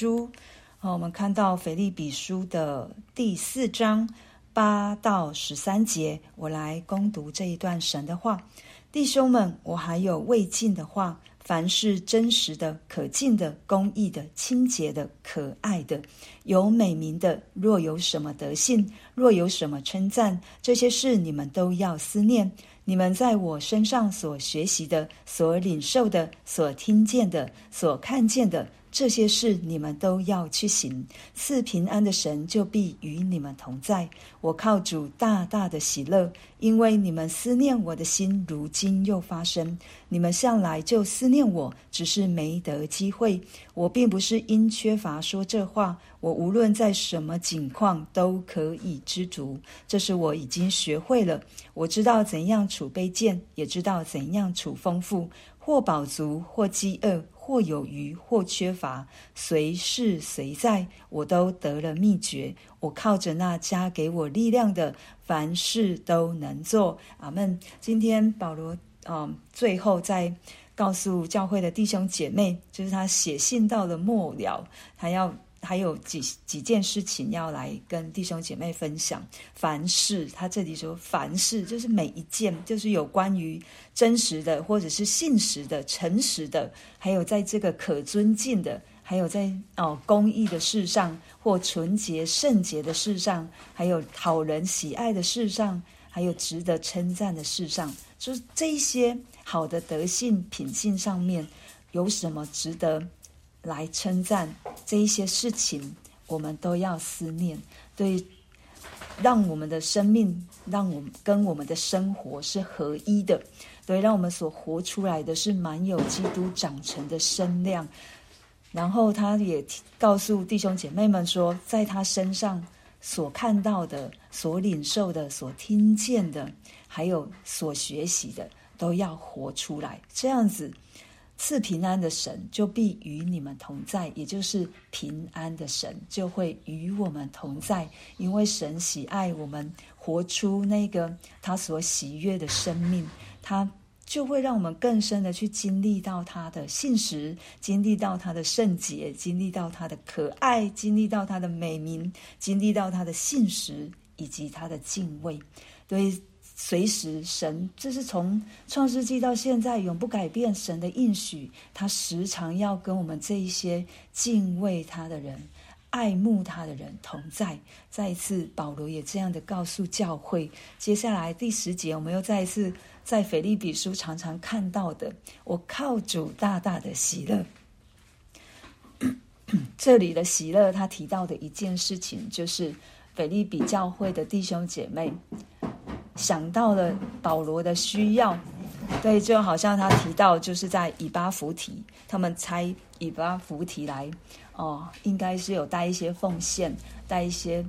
书，我们看到腓立比书的第4章8到13节，我来攻读这一段神的话。弟兄们，我还有未尽的话，凡是真实的、可敬的、公义的、清洁的、可爱的、有美名的，若有什么德行，若有什么称赞，这些事你们都要思念。你们在我身上所学习的、所领受的、所听见的、所看见的，这些事你们都要去行。赐平安的神就必与你们同在。我靠主大大的喜乐，因为你们思念我的心如今又发生。你们向来就思念我，只是没得机会。我并不是因缺乏说这话，我无论在什么境况都可以知足。这是我已经学会了。我知道怎样处卑贱，也知道怎样处丰富，或饱足，或饥饿，或有余，或缺乏，随是随在，我都得了秘诀。我靠着那加给我力量的，凡事都能做。阿们。今天保罗最后再告诉教会的弟兄姐妹，就是他写信到了末了，还有几件事情要来跟弟兄姐妹分享。凡事，他这里说凡事就是每一件，就是有关于真实的，或者是信实的、诚实的，还有在这个可尊敬的，还有在公义的事上，或纯洁圣洁的事上，还有讨人喜爱的事上，还有值得称赞的事上，就是这一些好的德性品性上面有什么值得来称赞，这一些事情我们都要思念，对，让我们的生命，让我们跟我们的生活是合一的，对，让我们所活出来的是满有基督长成的身量。然后他也告诉弟兄姐妹们说，在他身上所看到的、所领受的、所听见的，还有所学习的，都要活出来。这样子，赐平安的神就必与你们同在，也就是平安的神就会与我们同在，因为神喜爱我们活出那个他所喜悦的生命，他就会让我们更深的去经历到他的信实，经历到他的圣洁，经历到他的可爱，经历到他的美名，经历到他的信实以及他的敬畏。对，随时神，这是从创世纪到现在永不改变神的应许，他时常要跟我们这一些敬畏他的人、爱慕他的人同在。再一次保罗也这样的告诉教会。接下来第10节，我们又再一次在腓立比书常常看到的，我靠主大大的喜乐。这里的喜乐，他提到的一件事情，就是腓立比教会的弟兄姐妹想到了保罗的需要，对，就好像他提到，就是在以巴弗提，他们差以巴弗提来，应该是有带一些奉献，带一些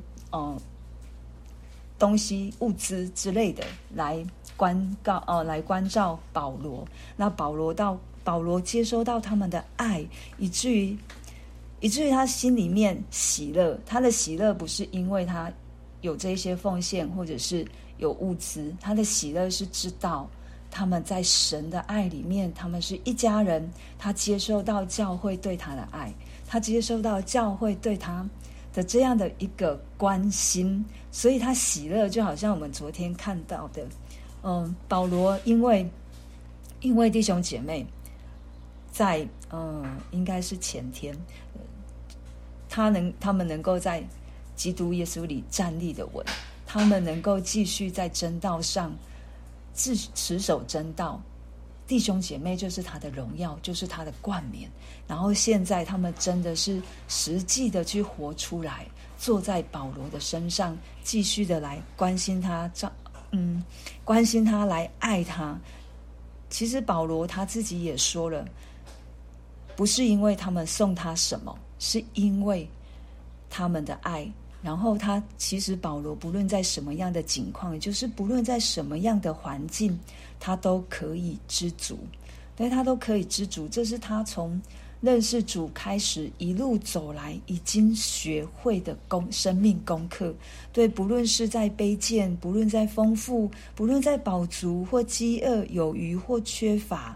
东西、物资之类的来来关照保罗。那保罗接收到他们的爱，以至于他心里面喜乐。他的喜乐不是因为他有这些奉献或者是有物资，他的喜乐是知道他们在神的爱里面，他们是一家人。他接受到教会对他的爱，他接受到教会对他的这样的一个关心，所以他喜乐。就好像我们昨天看到的，保罗因为弟兄姐妹在应该是前天，他们能够在基督耶稣里站立的稳，他们能够继续在真道上持守真道，弟兄姐妹就是他的荣耀，就是他的冠冕。然后现在他们真的是实际的去活出来，坐在保罗的身上，继续的来关心他，关心他，来爱他。其实保罗他自己也说了，不是因为他们送他什么，是因为他们的爱。然后他其实保罗不论在什么样的境况，也就是不论在什么样的环境，他都可以知足。对，他都可以知足，这是他从认识主开始一路走来已经学会的生命功课。对，不论是在卑贱，不论在丰富，不论在饱足或饥饿，有余或缺乏，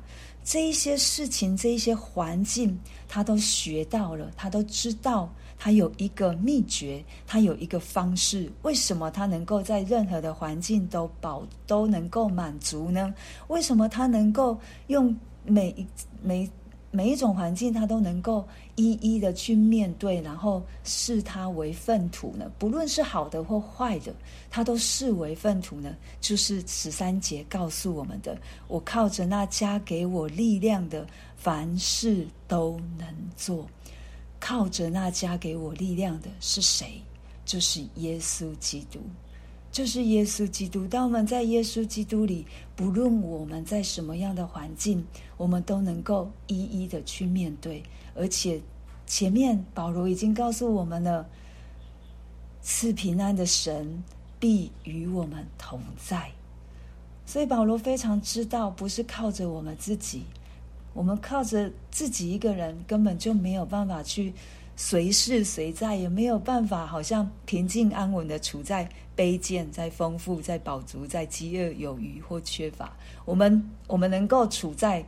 这一些事情，这一些环境，他都学到了，他都知道，他有一个秘诀，他有一个方式。为什么他能够在任何的环境都能够满足呢？为什么他能够用每一种环境，他都能够一一的去面对，然后视它为粪土呢？不论是好的或坏的，他都视为粪土呢？就是13节告诉我们的：我靠着那加给我力量的，凡事都能做。靠着那加给我力量的是谁？就是耶稣基督。就是耶稣基督。当我们在耶稣基督里，不论我们在什么样的环境，我们都能够一一的去面对。而且前面保罗已经告诉我们了，赐平安的神必与我们同在。所以保罗非常知道，不是靠着我们自己，我们靠着自己一个人根本就没有办法去随事随在，也没有办法好像平静安稳的处在卑贱，在丰富，在饱足，在饥饿有余或缺乏。我们能够处在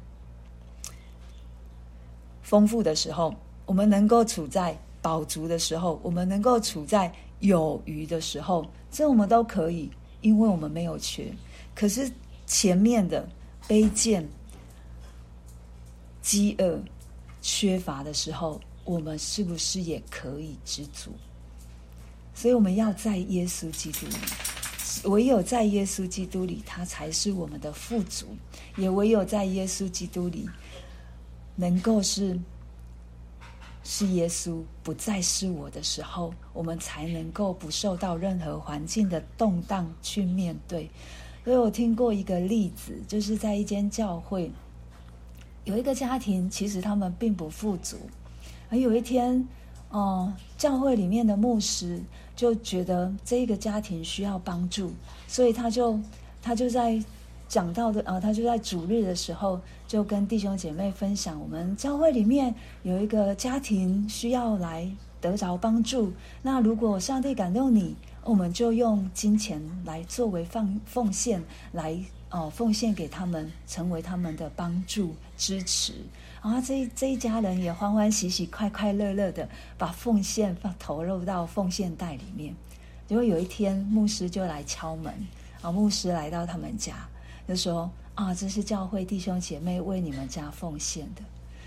丰富的时候，我们能够处在饱足的时候，我们能够处在有余的时候，这我们都可以，因为我们没有缺。可是前面的卑贱、饥饿、缺乏的时候，我们是不是也可以知足？所以我们要在耶稣基督里，唯有在耶稣基督里，他才是我们的富足，也唯有在耶稣基督里，能够是耶稣不再是我的时候，我们才能够不受到任何环境的动荡去面对。所以我听过一个例子，就是在一间教会，有一个家庭，其实他们并不富足，而有一天教会里面的牧师就觉得这一个家庭需要帮助，所以他就在讲到的他就在主日的时候就跟弟兄姐妹分享，我们教会里面有一个家庭需要来得着帮助，那如果上帝感动你，我们就用金钱来作为奉献，来奉献给他们，成为他们的帮助支持。然后这一家人也欢欢喜喜快快乐乐的把奉献投入到奉献袋里面。结果有一天牧师就来敲门，牧师来到他们家就说这是教会弟兄姐妹为你们家奉献的。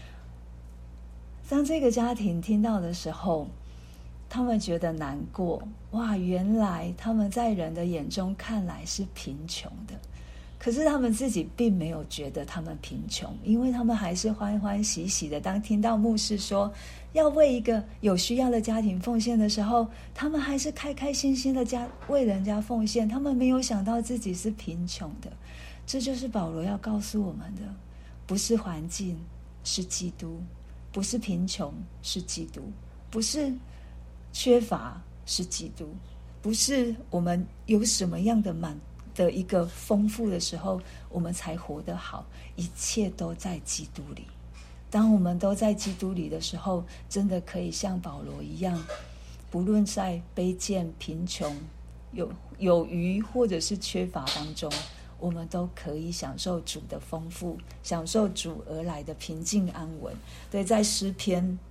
当这个家庭听到的时候，他们觉得难过，原来他们在人的眼中看来是贫穷的，可是他们自己并没有觉得他们贫穷，因为他们还是欢欢喜喜的。当听到牧师说要为一个有需要的家庭奉献的时候，他们还是开开心心的为人家奉献，他们没有想到自己是贫穷的。这就是保罗要告诉我们的，不是环境，是基督；不是贫穷，是基督；不是缺乏，是基督；不是我们有什么样的一个丰富的时候我们才活得好，一切都在基督里。当我们都在基督里的时候，真的可以像保罗一样，不论在卑贱、贫穷、有余或者是缺乏当中，我们都可以享受主的丰富，享受主而来的平静安稳。对，在诗篇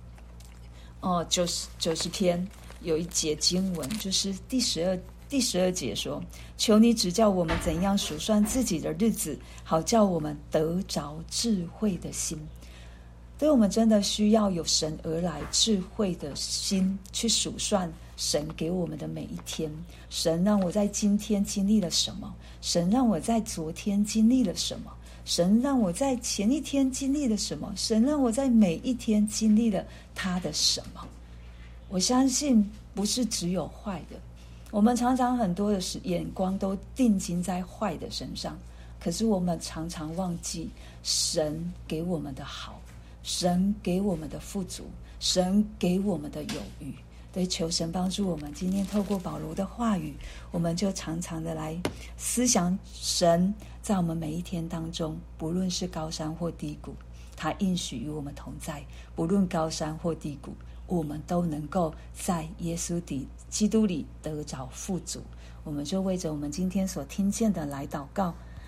90篇有一节经文，就是第12节说，求你指教我们怎样数算自己的日子，好叫我们得着智慧的心。对，我们真的需要有神而来智慧的心去数算神给我们的每一天。神让我在今天经历了什么？神让我在昨天经历了什么？神让我在前一天经历了什么？神让我在每一天经历了他的什么？我相信不是只有坏的，我们常常很多的眼光都定睛在坏的身上，可是我们常常忘记神给我们的好，神给我们的富足，神给我们的有余。对，求神帮助我们，今天透过保罗的话语，我们就常常的来思想神在我们每一天当中，不论是高山或低谷，他应许与我们同在。不论高山或低谷，我们都能够在耶稣基督里得着富足。我们就为着我们今天所听见的来祷告，